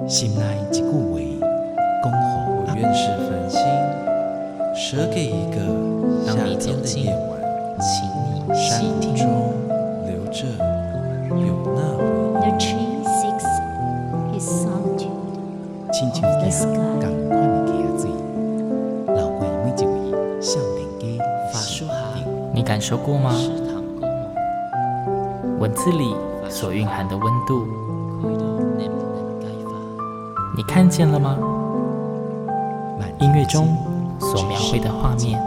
心内一句话，讲好我愿是繁星，舍给一个夏天的夜晚， 请你山细听。 中留着有那回 The tree seeks his solitude 亲像 of the 行 sky. 同款的溪水，流过每一位少年家法术哈， 你感受过吗？ 食堂购物， 文字里所蕴含的温度， 开到你唔能解法。 你看见了吗？ 慢音乐中所描绘的画面，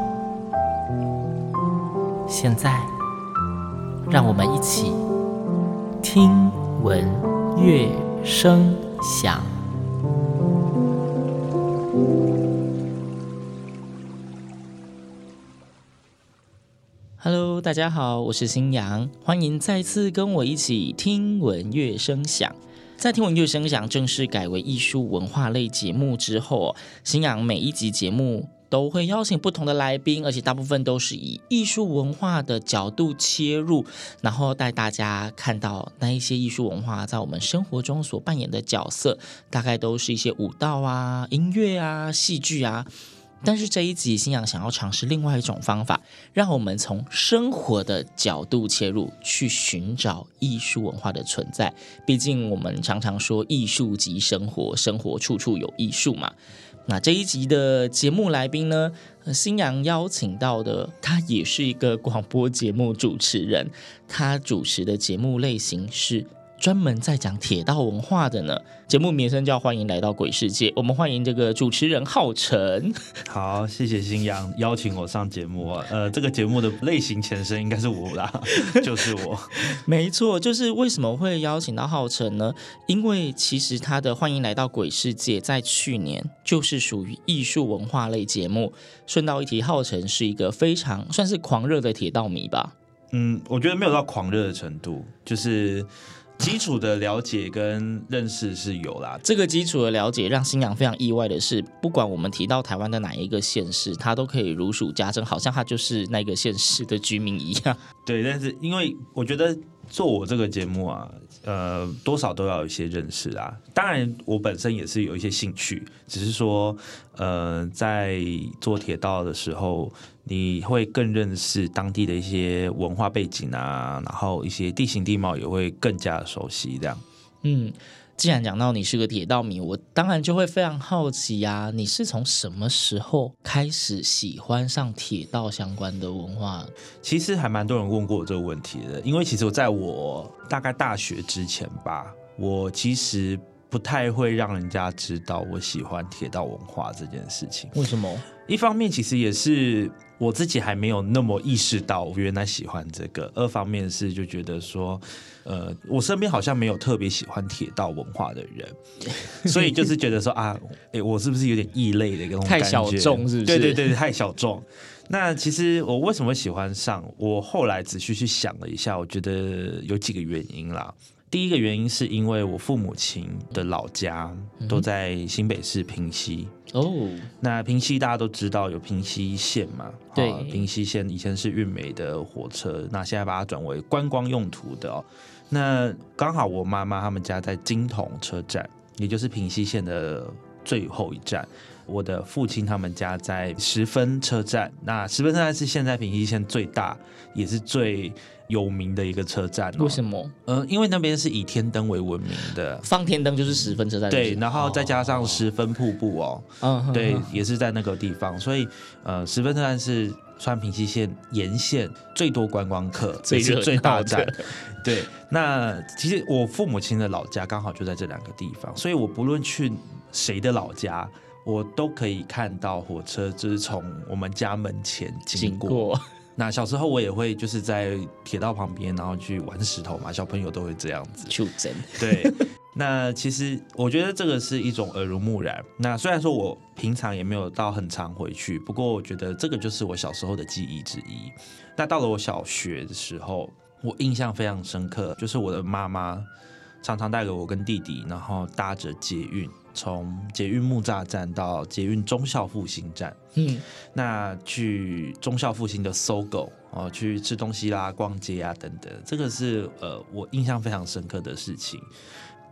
现在让我们一起听闻乐声响。Hello， 大家好，我是新阳，欢迎再次跟我一起听闻乐声响。在听闻乐声响正式改为艺术文化类节目之后，新阳每一集节目都会邀请不同的来宾，而且大部分都是以艺术文化的角度切入，然后带大家看到那一些艺术文化在我们生活中所扮演的角色，大概都是一些舞蹈啊、音乐啊、戏剧啊。但是这一集新阳想要尝试另外一种方法，让我们从生活的角度切入，去寻找艺术文化的存在。毕竟我们常常说艺术即生活，生活处处有艺术嘛。那这一集的节目来宾呢，新阳邀请到的，他也是一个广播节目主持人，他主持的节目类型是专门在讲铁道文化的呢。节目名称叫欢迎来到鬼世界，我们欢迎这个主持人浩辰。 好，谢谢新阳邀请我上节目。这个节目的类型前身应该是我啦，就是我。 没错，就是为什么会邀请到浩辰呢？因为其实他的欢迎来到鬼世界在去年就是属于艺术文化类节目。顺道一提，浩辰是一个非常算是狂热的铁道迷吧。 我觉得没有到狂热的程度，就是基础的了解跟认识是有啦。 这个基础的了解让新阳非常意外的是，不管我们提到台湾的哪一个县市，他都可以如数家珍，好像他就是那个县市的居民一样。 对，但是因为我觉得做我这个节目啊，多少都要有一些认识啊。当然，我本身也是有一些兴趣，只是说，在做铁道的时候，你会更认识当地的一些文化背景啊，然后一些地形地貌也会更加的熟悉，这样。 既然讲到你是个铁道迷，我当然就会非常好奇啊，你是从什么时候开始喜欢上铁道相关的文化？ 其实还蛮多人问过我这个问题的，因为其实我在我大概大学之前吧，我其实不太会让人家知道我喜欢铁道文化这件事情。 为什么？ 一方面其实也是我自己还没有那么意识到我原来喜欢这个，二方面是就觉得说我身边好像没有特别喜欢铁道文化的人，所以就是觉得说啊，我是不是有点异类的那种感觉， 太小众是不是？ 对对对，太小众。那其实我为什么会喜欢上，我后来仔细去想了一下，我觉得有几个原因啦。第一个原因是因为我父母亲的老家都在新北市平溪。那平溪大家都知道有平溪线嘛？ 对， 平溪线以前是运煤的火车，那现在把它转为观光用途的哦。那刚好我妈妈他们家在金筒车站，也就是平溪线的最后一站。我的父亲他们家在十分车站，那十分车站是现在平溪线最大也是最有名的一个车站。 为什么？ 因为那边是以天灯为闻名的， 放天灯就是十分车站， 对，然后再加上十分瀑布对，也是在那个地方，所以十分车站是算平溪线沿线最多观光客， 最热闹的最大站。对，那其实我父母亲的老家刚好就在这两个地方，所以我不论去谁的老家，我都可以看到火车就是从我们家门前经过。那小时候我也会就是在铁道旁边，然后去玩石头嘛，小朋友都会这样子。对，那其实我觉得这个是一种耳濡目染。那虽然说我平常也没有到很常回去，不过我觉得这个就是我小时候的记忆之一。那到了我小学的时候，我印象非常深刻，就是我的妈妈常常带给我跟弟弟，然后搭着捷运，从捷运木栅站到捷运忠孝复兴站，那去忠孝复兴的搜狗去吃东西啦、逛街啊等等，这个是我印象非常深刻的事情。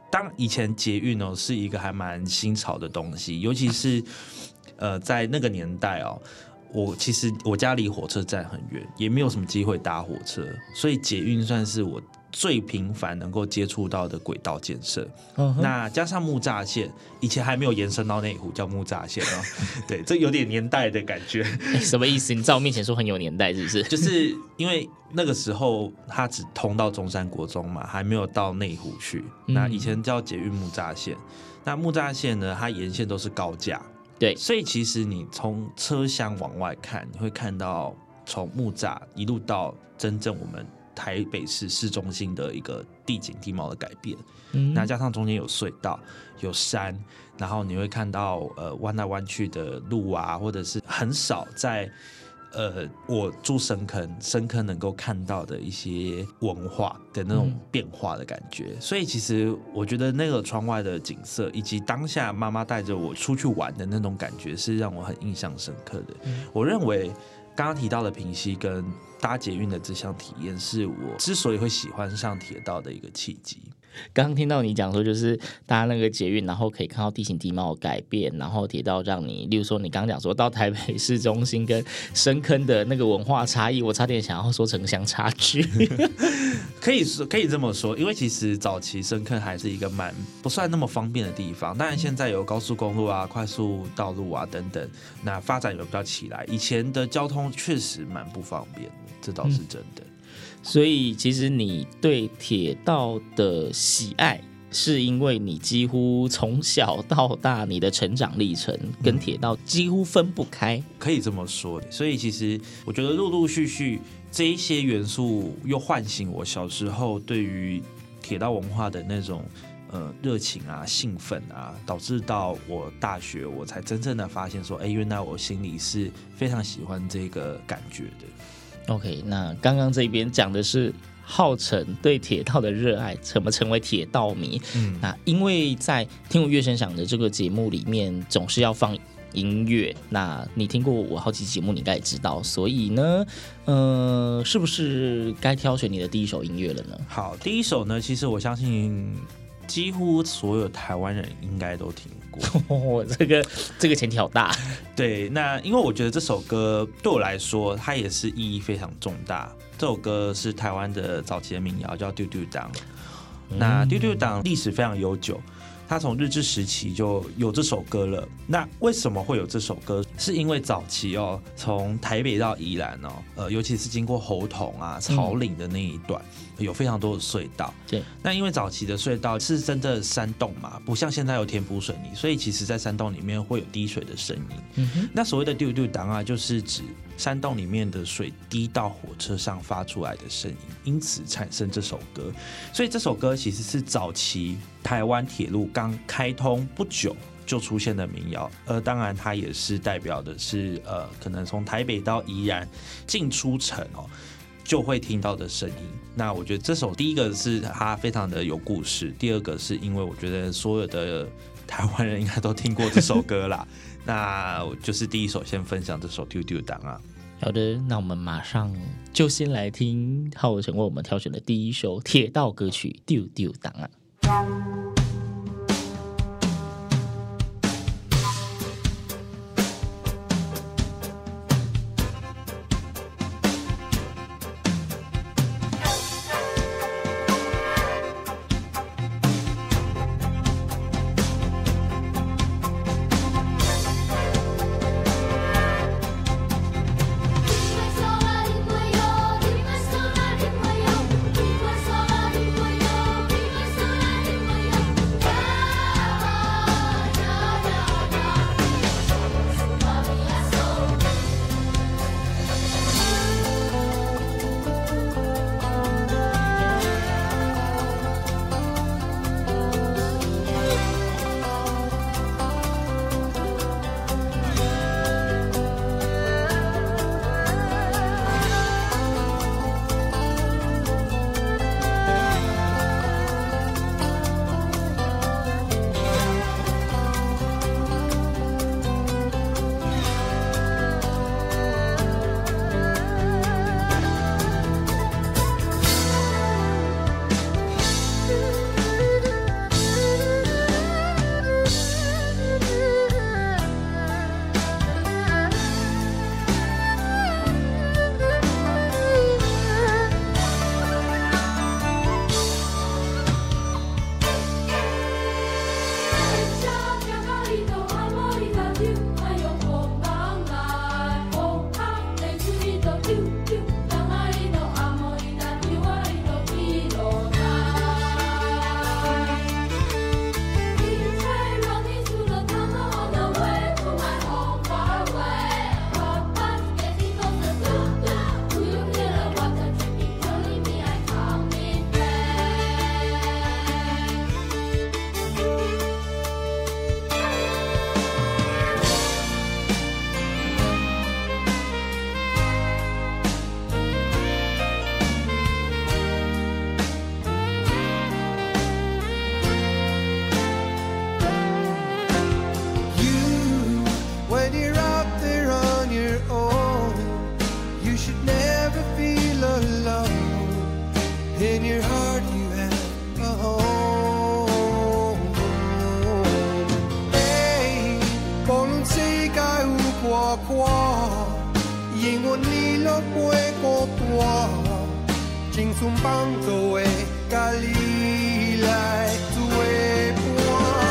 当以前捷运哦是一个还蛮新潮的东西，尤其是在那个年代哦。其实我家离火车站很远，也没有什么机会搭火车，所以捷运算是我最频繁能够接触到的轨道建设。那加上木栅线，以前还没有延伸到内湖，叫木栅线哦。对，这有点年代的感觉。 什么意思？你在我面前说很有年代，是不是？ 就是因为那个时候它只通到中山国中嘛，还没有到内湖去。那以前叫捷运木栅线，那木栅线呢，它沿线都是高架。 对， 所以其实你从车厢往外看，你会看到从木栅一路到真正我们台北市市中心的一个地景地貌的改变。那加上中间有隧道、有山，然后你会看到弯来弯去的路啊，或者是很少在我住深坑能够看到的一些文化的那种变化的感觉。所以其实我觉得那个窗外的景色，以及当下妈妈带着我出去玩的那种感觉，是让我很印象深刻的。我认为刚刚提到的平溪跟搭捷运的这项体验，是我之所以会喜欢上铁道的一个契机。 刚刚听到你讲说，就是搭那个捷运，然后可以看到地形地貌改变，然后铁道让你，例如说你刚刚讲说到台北市中心跟深坑的那个文化差异，我差点想要说城乡差距。 可以这么说，因为其实早期深坑还是一个不算那么方便的地方，当然现在有高速公路啊、快速道路啊等等，那发展有比较起来，以前的交通确实蛮不方便的，这倒是真的。 所以其实你对铁道的喜爱，是因为你几乎从小到大你的成长历程跟铁道几乎分不开， 可以这么说。所以其实我觉得陆陆续续这一些元素又唤醒我小时候对于铁道文化的那种热情啊、兴奋啊，导致到我大学我才真正的发现说，原来我心里是非常喜欢这个感觉的。 OK， 那刚刚这边讲的是浩辰对铁道的热爱，怎么成为铁道迷。那因为在听闻乐声响的这个节目里面，总是要放音乐。那你听过我好几节目，你应该也知道。所以呢，是不是该挑选你的第一首音乐了呢？ 好，第一首呢，其实我相信几乎所有台湾人应该都听过。 这个前提好大。 对，那因为我觉得这首歌对我来说，它也是意义非常重大。这首歌是台湾的早期的民谣，叫《丢丢党》。那《丢丢党》历史非常悠久，它从日治时期就有这首歌了。那为什么会有这首歌？是因为早期哦，从台北到宜兰哦，尤其是经过猴硐啊、草岭的那一段，有非常多的隧道。 对， 那因为早期的隧道是真的山洞嘛，不像现在有填补水泥，所以其实在山洞里面会有滴水的声音。那所谓的丢丢党啊，就是指山洞里面的水滴到火车上发出来的声音，因此产生这首歌。所以这首歌其实是早期台湾铁路刚开通不久就出现的民谣，当然它也是代表的是可能从台北到宜兰进出城就会听到的声音。那我觉得这首第一个是它非常的有故事，第二个是因为我觉得所有的台湾人应该都听过这首歌啦。那就是第一首先分享这首《丢丢党》啊。 好的，那我们马上就先来听浩辰为我们挑选的第一首铁道歌曲《丢丢党》啊。 Sola, 村放做的，甲你来做伙伴。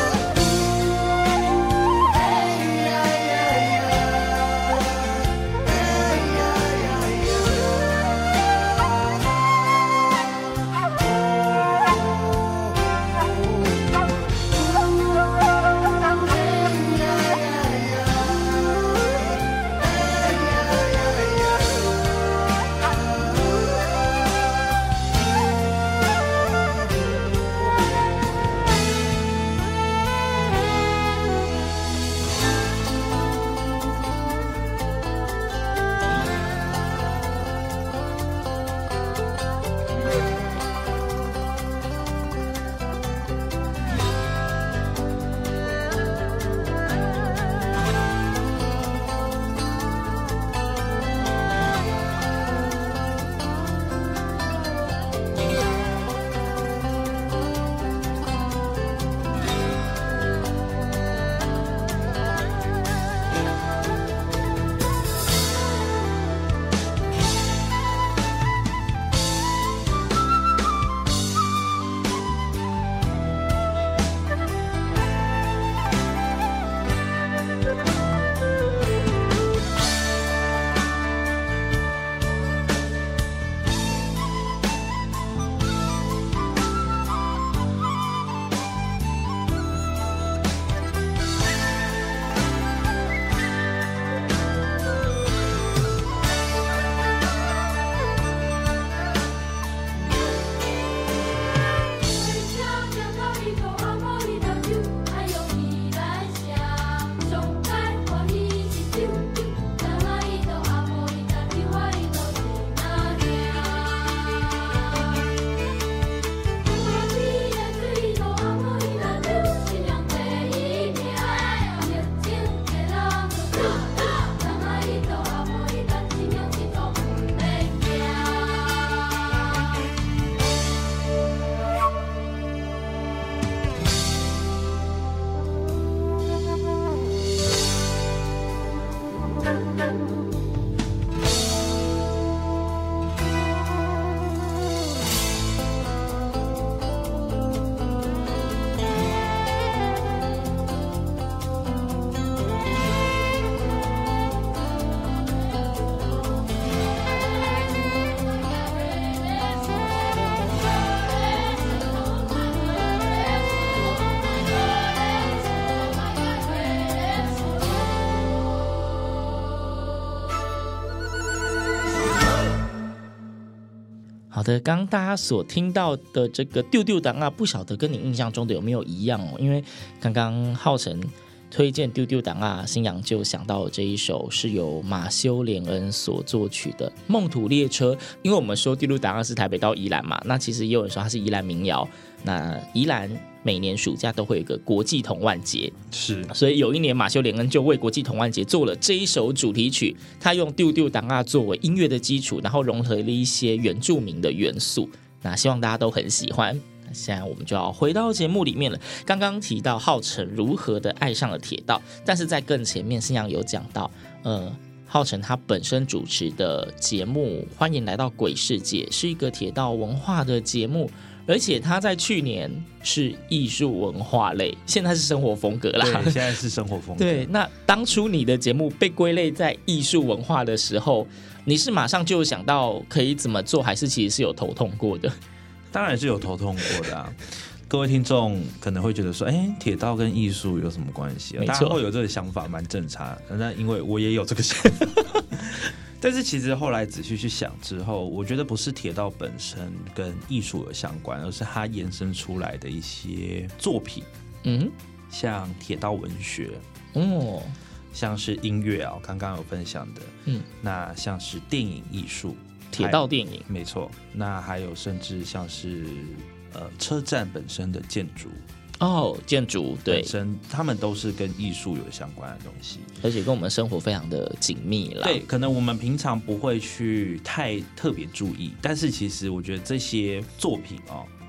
好的，刚刚大家所听到的这个丢丢档啊，不晓得跟你印象中的有没有一样哦？因为刚刚浩辰推荐丢丢档啊，新阳就想到这一首是由马修·连恩所作曲的《梦途列车》。因为我们说丢丢档啊是台北到宜兰嘛，那其实也有人说它是宜兰民谣。那宜兰每年暑假都会有一个国际童玩节， 是， 所以有一年马修·连恩就为国际童玩节做了这一首主题曲，他用丢丢档啊作为音乐的基础，然后融合了一些原住民的元素，那希望大家都很喜欢。现在我们就要回到节目里面了。刚刚提到浩辰如何的爱上了铁道，但是在更前面，新阳有讲到，浩辰他本身主持的节目《欢迎来到鬼世界》是一个铁道文化的节目，而且他在去年是艺术文化类，现在是生活风格啦。 对，现在是生活风格。 对，那当初你的节目被归类在艺术文化的时候，你是马上就想到可以怎么做，还是其实是有头痛过的？ 当然是有头痛过的啊。各位听众可能会觉得说，铁道跟艺术有什么关系？大家会有这个想法，蛮正常的。那因为我也有这个想法，但是其实后来仔细去想之后，我觉得不是铁道本身跟艺术有相关，而是它延伸出来的一些作品，像铁道文学，像是音乐啊，刚刚有分享的，那像是电影艺术， 铁道电影， 没错。那还有甚至像是车站本身的建筑。 建筑对， 本身他们都是跟艺术有相关的东西， 而且跟我们生活非常的紧密啦。 对，可能我们平常不会去太特别注意，但是其实我觉得这些作品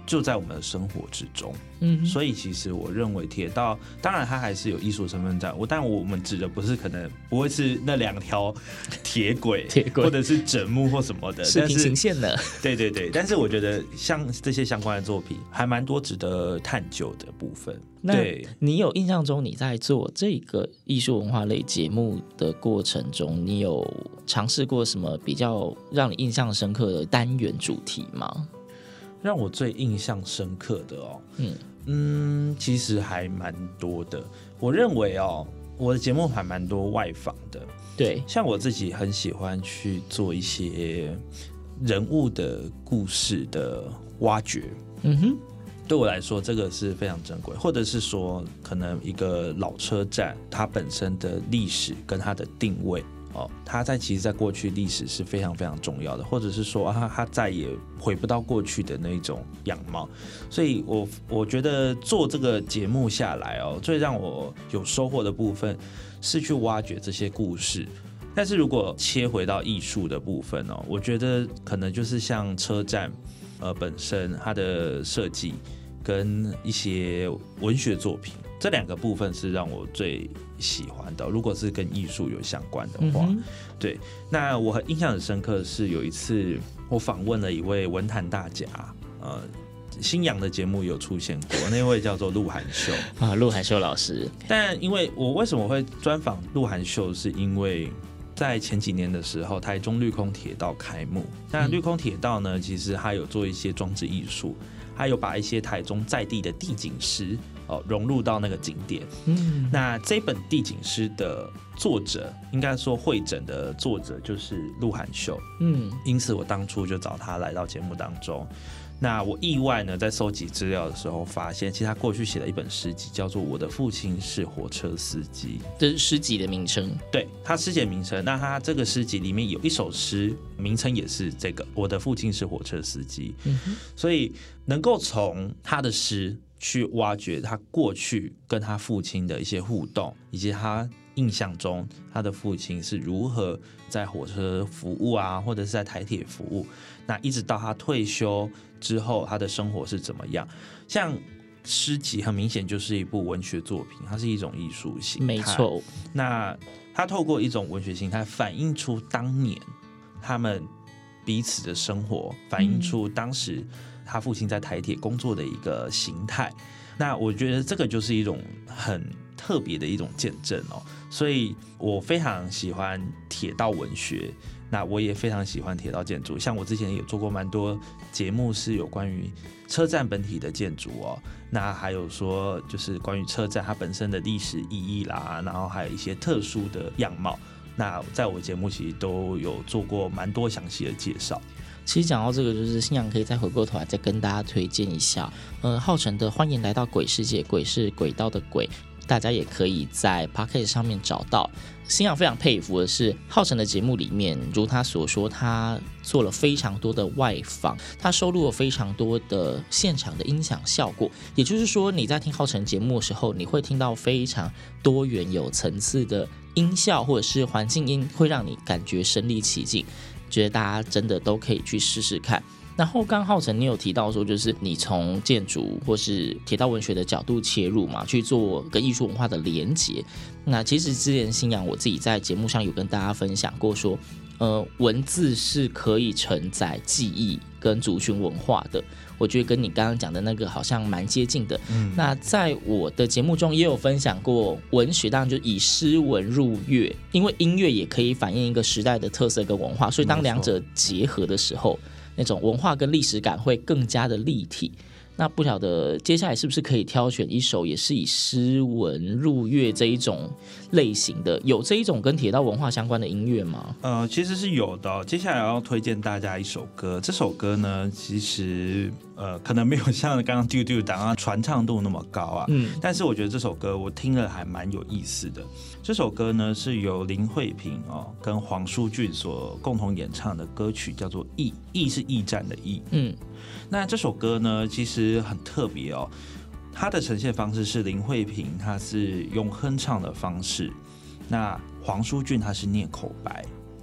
就在我们的生活之中。所以其实我认为铁道当然它还是有艺术成分在，但我们指的不是可能不会是那2条铁轨或者是枕木或什么的， 是平行线的。 对对对，但是我觉得像这些相关的作品还蛮多值得探究的部分。 那你有印象中你在做这个艺术文化类节目的过程中，你有尝试过什么比较让你印象深刻的单元主题吗？ 让我最印象深刻的其实还蛮多的。我认为我的节目还蛮多外访的。对，像我自己很喜欢去做一些人物的故事的挖掘。对我来说这个是非常珍贵，或者是说可能一个老车站它本身的历史跟它的定位它其实在过去历史是非常非常重要的，或者是说它再也回不到过去的那种样貌。所以我觉得做这个节目下来最让我有收获的部分是去挖掘这些故事。但是如果切回到艺术的部分我觉得可能就是像车站本身它的设计跟一些文学作品，这2个部分是让我最喜欢的。如果是跟艺术有相关的话，对。那我印象很深刻的是有一次我访问了一位文坛大家，新阳的节目有出现过，那位叫做鹿晗秀鹿晗秀老师。 但因为我为什么会专访鹿晗秀，是因为在前几年的时候，台中绿空铁道开幕。那绿空铁道呢，其实它有做一些装置艺术，还有把一些台中在地的地景诗融入到那个景点。那这本地景诗的作者，应该说会诊的作者就是鹿晗秀。因此我当初就找他来到节目当中。那我意外呢，在收集资料的时候发现，其实他过去写了一本诗集，叫做《我的父亲是火车司机》。 这是诗集的名称？对， 他诗集的名称。那他这个诗集里面有一首诗，名称也是这个《我的父亲是火车司机》。所以能够从他的诗去挖掘他过去跟他父亲的一些互动，以及他印象中他的父亲是如何在火车服务或者是在台铁服务，那一直到他退休之后他的生活是怎么样。像诗集很明显就是一部文学作品，它是一种艺术形态，没错。那他透过一种文学形态反映出当年他们彼此的生活，反映出当时他父亲在台铁工作的一个形态。那我觉得这个就是一种很特别的一种见证所以我非常喜欢铁道文学，那我也非常喜欢铁道建筑。像我之前也做过蛮多节目是有关于车站本体的建筑那还有说就是关于车站它本身的历史意义啦，然后还有一些特殊的样貌，那在我节目其实都有做过蛮多详细的介绍。 其实讲到这个，就是新阳可以再回过头来再跟大家推荐一下，浩辰的《欢迎来到鬼世界》，鬼是轨道的鬼，大家也可以在 Podcast 上面找到。新阳非常佩服的是，浩辰的节目里面，如他所说，他做了非常多的外访，他收录了非常多的现场的音响效果。也就是说，你在听浩辰节目的时候，你会听到非常多元有层次的音效或者是环境音，会让你感觉身临其境。觉得大家真的都可以去试试看。然后刚浩辰你有提到说，就是你从建筑或是铁道文学的角度切入嘛，去做跟艺术文化的连结。那其实之前新阳我自己在节目上有跟大家分享过说，文字是可以承载记忆跟族群文化的。我觉得跟你刚刚讲的那个好像蛮接近的。那在我的节目中也有分享过文学，当然就以诗文入乐，因为音乐也可以反映一个时代的特色跟文化，所以当两者结合的时候，那种文化跟历史感会更加的立体。那不晓得接下来是不是可以挑选一首也是以诗文入乐这一种类型的，有这一种跟铁道文化相关的音乐吗？ 其实是有的接下来要推荐大家一首歌，这首歌呢其实可能没有像刚刚丢丢档传唱度那么高但是我觉得这首歌我听了还蛮有意思的。这首歌呢是由林慧萍跟黄舒骏所共同演唱的歌曲，叫做《驿》，驿是驿站的驿。那这首歌呢其实很特别它的呈现方式是林慧萍她是用哼唱的方式，那黄舒骏他是念口白。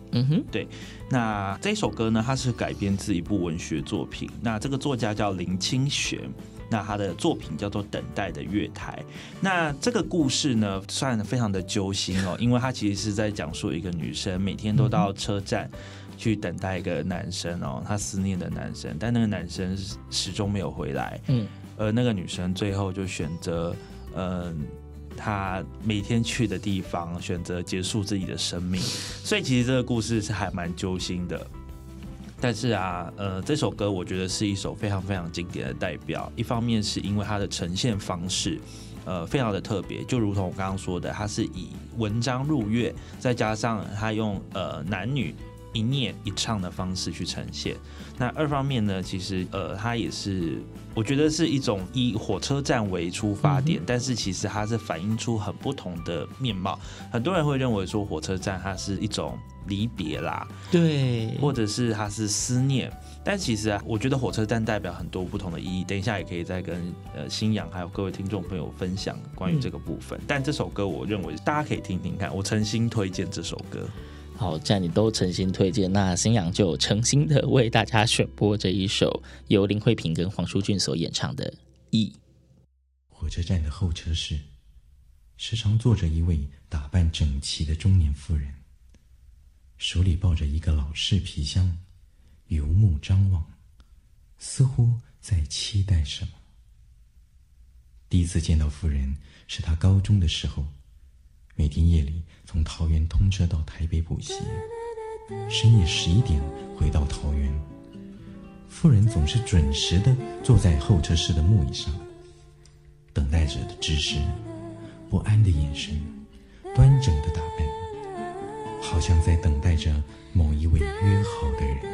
对。那这首歌呢，它是改编自一部文学作品。那这个作家叫林清玄，那他的作品叫做《等待的月台》。那这个故事呢，算非常的揪心哦，因为它其实是在讲述一个女生每天都到车站去等待一个男生哦，她思念的男生，但那个男生始终没有回来。而那个女生最后就选择，她每天去的地方，选择结束自己的生命。所以其实这个故事是还蛮揪心的。但是啊，这首歌我觉得是一首非常非常经典的代表。一方面是因为它的呈现方式，非常的特别，就如同我刚刚说的，它是以文章入乐，再加上它用男女一念一唱的方式去呈现。那二方面呢，其实它也是我觉得是一种以火车站为出发点，但是其实它是反映出很不同的面貌。很多人会认为说火车站它是一种离别啦， 对， 或者是它是思念，但其实啊，我觉得火车站代表很多不同的意义。等一下也可以再跟新阳还有各位听众朋友分享关于这个部分。但这首歌我认为大家可以听听看，我诚心推荐这首歌。 好，既然你都诚心推荐，那新阳就诚心的为大家选播这一首由林慧萍跟黄舒骏所演唱的《忆》。 火车站的候车室时常坐着一位打扮整齐的中年妇人，手里抱着一个老式皮箱，游目张望，似乎在期待什么。第一次见到妇人是她高中的时候，每天夜里从桃园通车到台北补习，深夜11点回到桃园。妇人总是准时地坐在候车室的木椅上，等待者的姿势，不安的眼神，端正的打扮，好像在等待着某一位约好的人。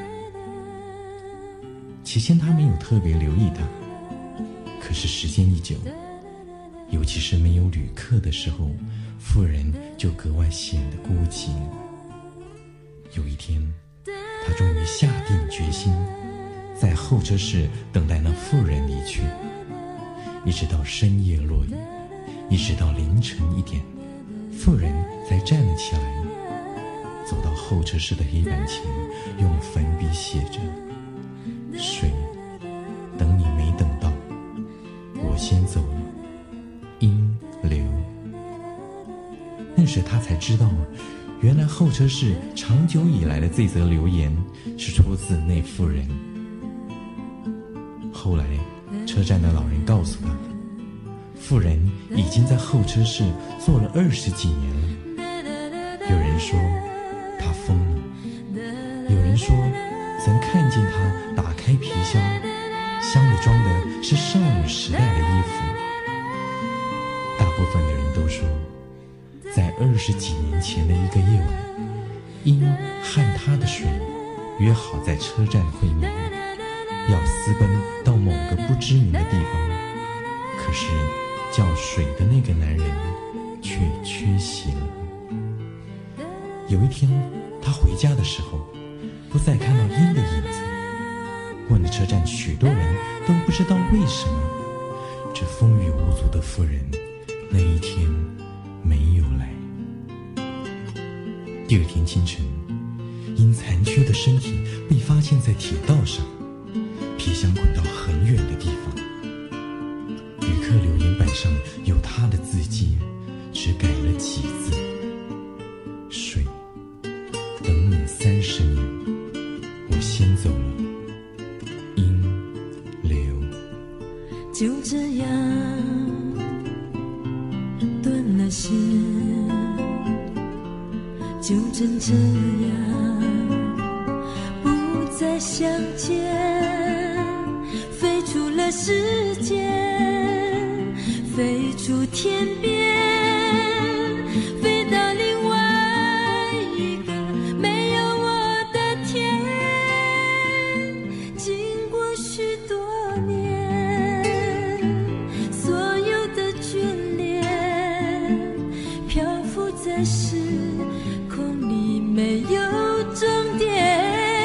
起先他没有特别留意他，可是时间一久，尤其是没有旅客的时候，妇人就格外显得孤寂。有一天，他终于下定决心，在候车室等待那妇人离去，一直到深夜落雨，一直到凌晨1点，妇人才站了起来，走到候车室的黑板前，用粉笔写着：水，等你没等到，我先走了，因流。那时他才知道，原来候车室长久以来的这则留言是出自那妇人。后来车站的老人告诉他，妇人已经在候车室坐了20几年了。有人说他疯了，有人说曾看见他打开皮箱，箱里装的是少女时代的衣服。大部分的人都说，在20几年前的一个夜晚，因和他的水约好在车站会面，要私奔到某个不知名的地方，可是叫水的那个男人却缺席了。有一天他回家的时候，不再看到鹰的影子，问了车站许多人都不知道为什么，这风雨无阻的妇人那一天没有来。第二天清晨，因残缺的身体被发现在铁道上，皮箱滚到很远的地方。旅客留言板上有他的字迹，只改了几字：水，等你30年，我先走了，因流。 就这样断了线，就真这样不再相见，飞出了时间，飞出天边，飞到另外一个没有我的天。经过许多年，所有的眷恋漂浮在时空里，没有终点。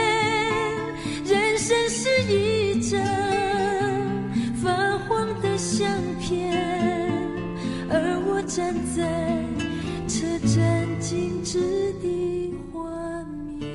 人生是一张发黄的相片，而我站在车站静止的画面。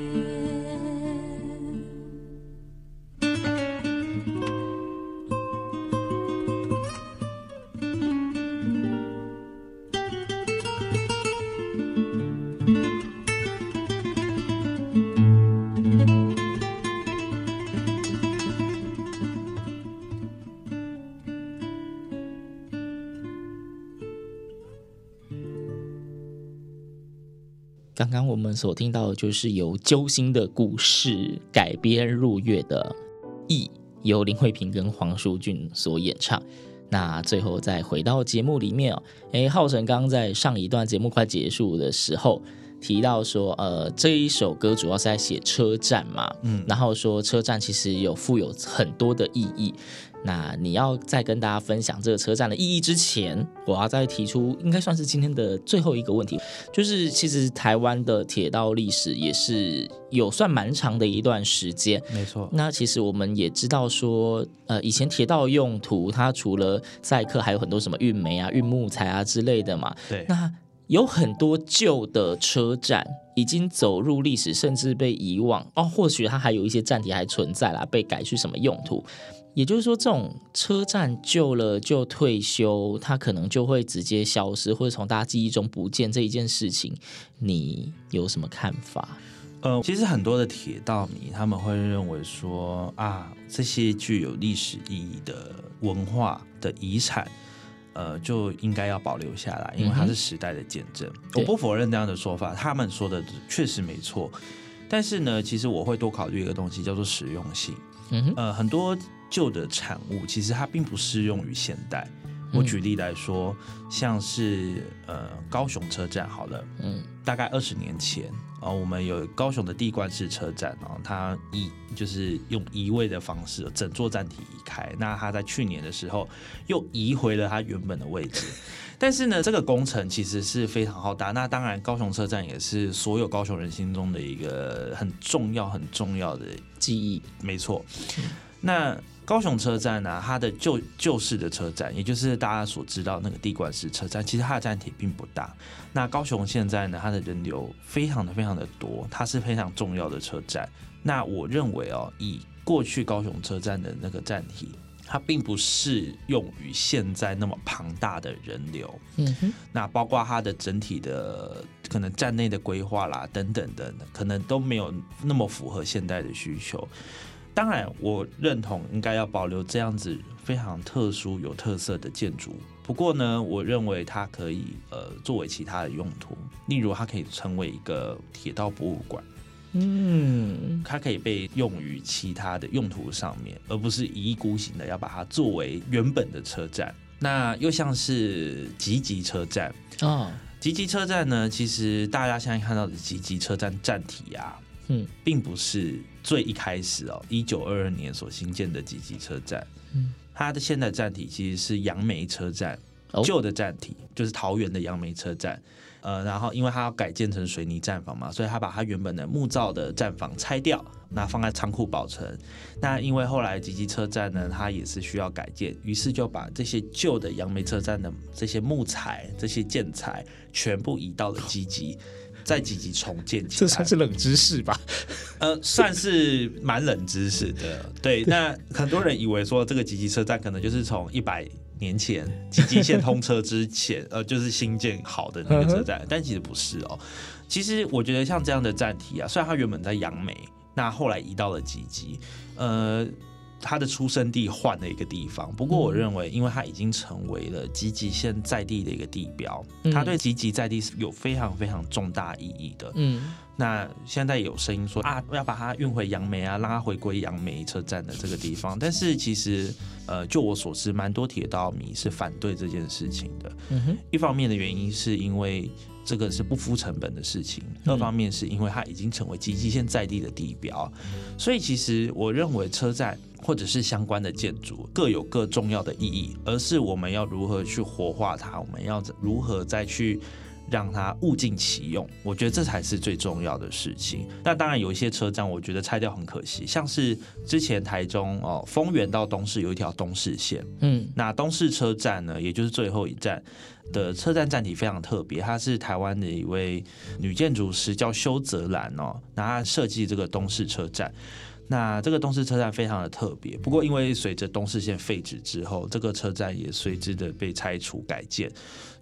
刚刚我们所听到的就是由揪心的故事改编入乐的意，由林慧萍跟黄舒骏所演唱。那最后再回到节目里面浩辰刚刚在上一段节目快结束的时候提到说这一首歌主要是在写车站嘛，然后说车站其实附有很多的意义。那你要在跟大家分享这个车站的意义之前，我要再提出应该算是今天的最后一个问题，就是其实台湾的铁道历史也是有算蛮长的一段时间， 没错。 那其实我们也知道说以前铁道用途它除了载客还有很多什么运煤啊运木材啊之类的嘛， 对。 那有很多旧的车站已经走入历史，甚至被遗忘或许它还有一些站体还存在啦，被改去什么用途。也就是说，这种车站旧了就退休，它可能就会直接消失，或者从大家记忆中不见这一件事情，你有什么看法？ 其实很多的铁道迷他们会认为说这些具有历史意义的文化的遗产，就应该要保留下来，因为它是时代的见证。我不否认这样的说法，他们说的确实没错。但是呢，其实我会多考虑一个东西，叫做实用性。很多旧的产物其实它并不适用于现代。我举例来说，像是高雄车站好了，大概20年前我们有高雄的地冠式车站它就是用移位的方式，整座站体移开。那它在去年的时候又移回了它原本的位置。但是呢，这个工程其实是非常浩大。那当然，高雄车站也是所有高雄人心中的一个很重要、很重要的记忆。 没错。那高雄车站呢，它的旧式的车站，也就是大家所知道那个地冠式车站，其实它的站体并不大。那高雄现在呢，它的人流非常的多，它是非常重要的车站。那我认为以过去高雄车站的那个站体，它并不适用于现在那么庞大的人流。那包括它的整体的可能站内的规划啦等等的，可能都没有那么符合现代的需求。当然我认同应该要保留这样子非常特殊有特色的建筑，不过呢，我认为它可以作为其他的用途，例如它可以成为一个铁道博物馆，它可以被用于其他的用途上面，而不是一意孤行的要把它作为原本的车站。那又像是集集车站集集车站呢，其实大家现在看到的集集车站站体并不是最一开始1922年所兴建的集集车站，它的现在站体其实是杨梅车站，旧的站体就是桃园的杨梅车站。然后因为它要改建成水泥站房嘛，所以它把它原本的木造的站房拆掉，那放在仓库保存。那因为后来集集车站呢，它也是需要改建，于是就把这些旧的杨梅车站的这些木材、这些建材全部移到了集集。再积极重建起来， 这算是冷知识吧？ 算是蛮冷知识的。对，那很多人以为说这个集集车站可能就是从100年前集集线通车之前，就是新建好的那个车站，但其实不是其实我觉得像这样的站体虽然它原本在杨梅，那后来移到了集集，他的出生地换了一个地方，不过我认为，因为它已经成为了集集线在地的一个地标，它对集集在地是有非常非常重大意义的。那现在有声音说要把它运回杨梅让它回归杨梅车站的这个地方，但是其实就我所知，蛮多铁道迷是反对这件事情的。一方面的原因是因为这个是不敷成本的事情，二方面是因为它已经成为集集线在地的地标，所以其实我认为车站或者是相关的建筑各有各重要的意义，而是我们要如何去活化它，我们要如何再去让它物尽其用，我觉得这才是最重要的事情。那当然有一些车站我觉得拆掉很可惜，像是之前台中丰原到东势有一条东势线，那东势车站呢，也就是最后一站的车站站体非常特别，它是台湾的一位女建筑师叫修泽兰那她设计这个东势车站。那这个东势车站非常的特别，不过因为随着东势线废止之后，这个车站也随之的被拆除改建，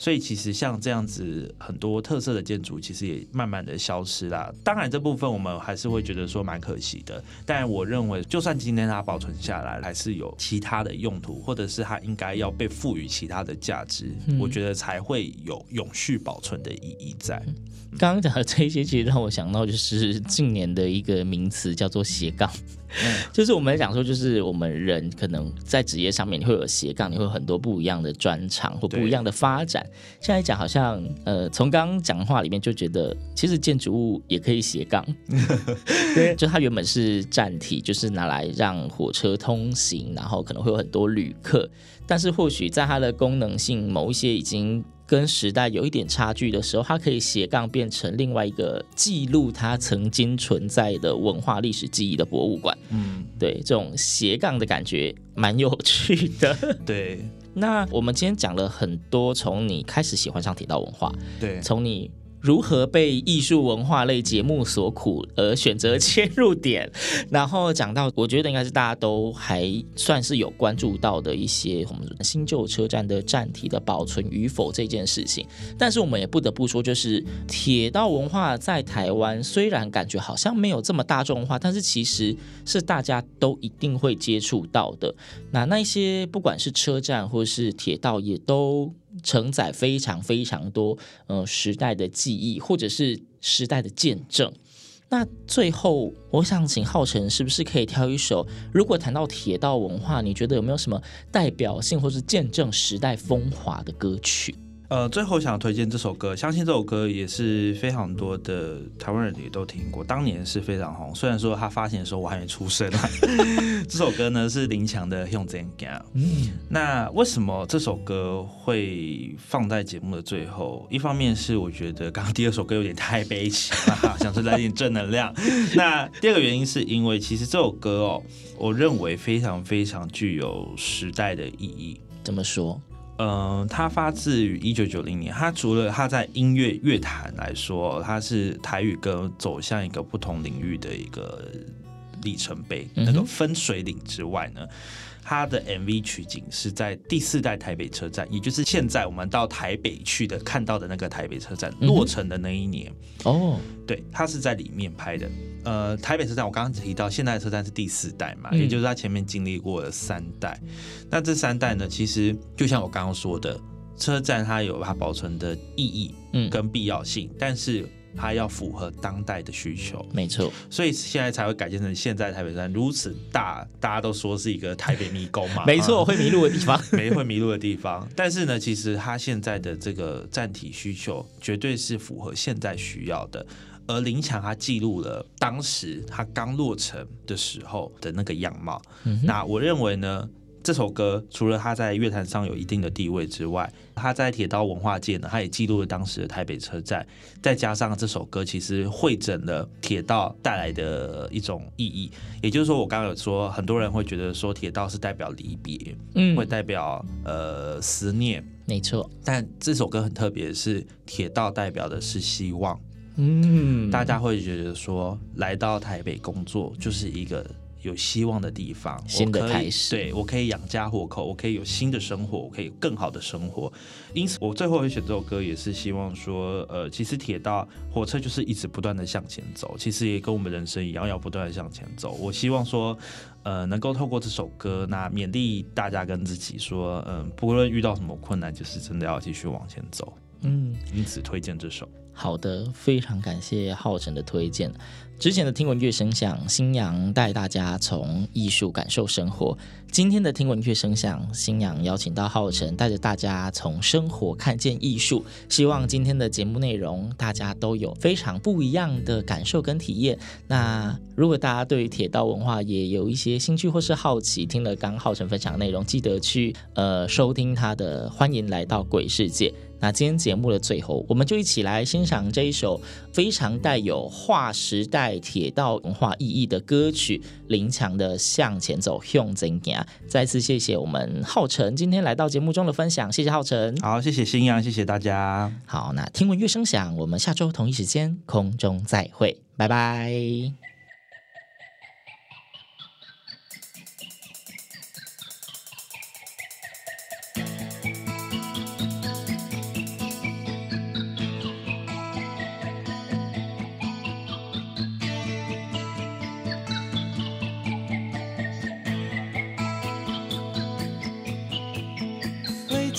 所以其实像这样子很多特色的建筑其实也慢慢的消失啦。当然这部分我们还是会觉得说蛮可惜的，但我认为就算今天它保存下来，还是有其他的用途，或者是它应该要被赋予其他的价值，我觉得才会有永续保存的意义在。 刚刚讲的这些，其实让我想到就是近年的一个名词叫做斜杠。就是我们讲说，就是我们人可能在职业上面你会有斜杠，你会有很多不一样的专长或不一样的发展。现在讲好像从刚刚讲话里面就觉得，其实建筑物也可以斜杠。对，就它原本是站体，就是拿来让火车通行，然后可能会有很多旅客，但是或许在它的功能性某一些已经跟时代有一点差距的时候，它可以斜杠变成另外一个记录它曾经存在的文化历史记忆的博物馆。对，这种斜杠的感觉蛮有趣的。 对， 那我们今天讲了很多，从你开始喜欢上铁道文化， 对， 从你如何被艺术文化类节目所苦而选择切入点，然后讲到我觉得应该是大家都还算是有关注到的一些我们新旧车站的站体的保存与否这件事情。但是我们也不得不说，就是铁道文化在台湾虽然感觉好像没有这么大众化，但是其实是大家都一定会接触到的。那一些不管是车站或是铁道，也都承载非常非常多时代的记忆，或者是时代的见证。那最后我想请浩辰是不是可以挑一首，如果谈到铁道文化，你觉得有没有什么代表性或是见证时代风华的歌曲？ 最后想推荐这首歌，相信这首歌也是非常多的台湾人也都听过，当年是非常红。虽然说它发行的时候我还没出生啊。这首歌呢是林强的《向前行》。那为什么这首歌会放在节目的最后？一方面是我觉得刚刚第二首歌有点太悲情了，想说来点正能量。那第二个原因是因为其实这首歌我认为非常非常具有时代的意义。 怎么说？ 它发自于1990年。它除了它在音乐乐坛来说，它是台语歌走向一个不同领域的一个里程碑，那个分水岭之外呢，它的 MV 取景是在第4代台北车站，也就是现在我们到台北去的看到的那个台北车站落成的那一年。对，它是在里面拍的。台北车站我刚刚提到，现在的车站是第4代嘛，也就是它前面经历过了3代。那这3代呢，其实就像我刚刚说的，车站它有它保存的意义跟必要性，但是它要符合当代的需求， 没错， 所以现在才会改建成现在台北车站如此大，大家都说是一个台北迷宫嘛， 没错，会迷路的地方， 会迷路的地方。但是呢，其实它现在的这个站体需求绝对是符合现在需要的。而林强他记录了当时他刚落成的时候的那个样貌。那我认为呢，这首歌除了他在乐坛上有一定的地位之外，他在铁道文化界呢，他也记录了当时的台北车站，再加上这首歌其实汇整了铁道带来的一种意义。也就是说，我刚刚有说，很多人会觉得说铁道是代表离别，会代表思念， 没错。 但这首歌很特别的是，铁道代表的是希望。大家会觉得说，来到台北工作就是一个有希望的地方， 新的开始。 对，我可以养家活口，我可以有新的生活，我可以有更好的生活。因此，我最后会选这首歌，也是希望说，其实铁道火车就是一直不断的向前走，其实也跟我们人生一样，要不断的向前走。我希望说，能够透过这首歌，那勉励大家跟自己说，不论遇到什么困难，就是真的要继续往前走。因此推荐这首。 好的，非常感谢浩辰的推荐。之前的听闻乐声响，新阳带大家从艺术感受生活。今天的听闻乐声响，新阳邀请到浩辰，带着大家从生活看见艺术。希望今天的节目内容，大家都有非常不一样的感受跟体验。那如果大家对于铁道文化也有一些兴趣或是好奇，听了刚浩辰分享的内容，记得去收听他的《欢迎来到鬼世界》。那今天节目的最后，我们就一起来欣赏这一首非常带有划时代铁道文化意义的歌曲林强的《向前走向前行》。再次谢谢我们浩辰今天来到节目中的分享，谢谢浩辰。 好，谢谢新阳，谢谢大家。 好，那听闻乐声响，我们下周同一时间空中再会，拜拜。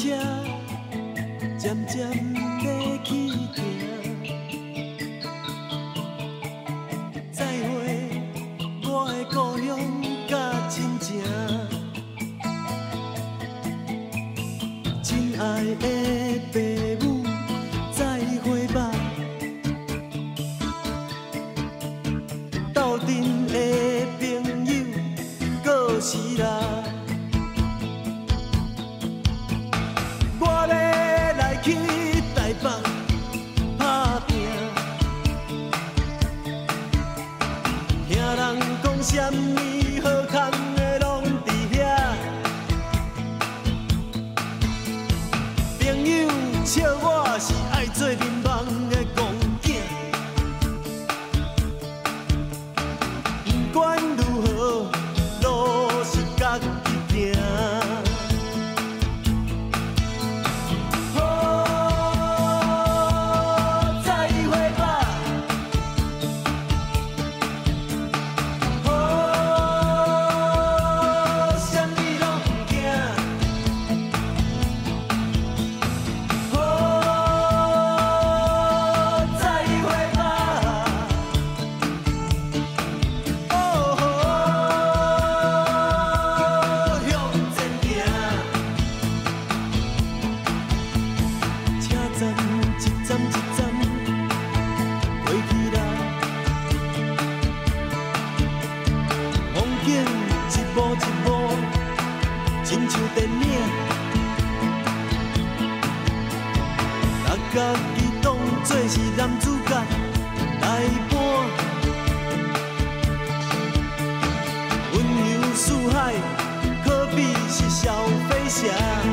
车渐渐要起行。再会，我的故乡甲亲情。亲爱的爸母，再会吧。斗阵的朋友，过时啦。我要来去台北打拼，听人讲什么好康的拢伫遐，朋友笑我是爱做面盲的戆囝。不管如何，路是家己行。亲像电影，把家己当作是男主角来扮，温柔似海，可比是小飞侠。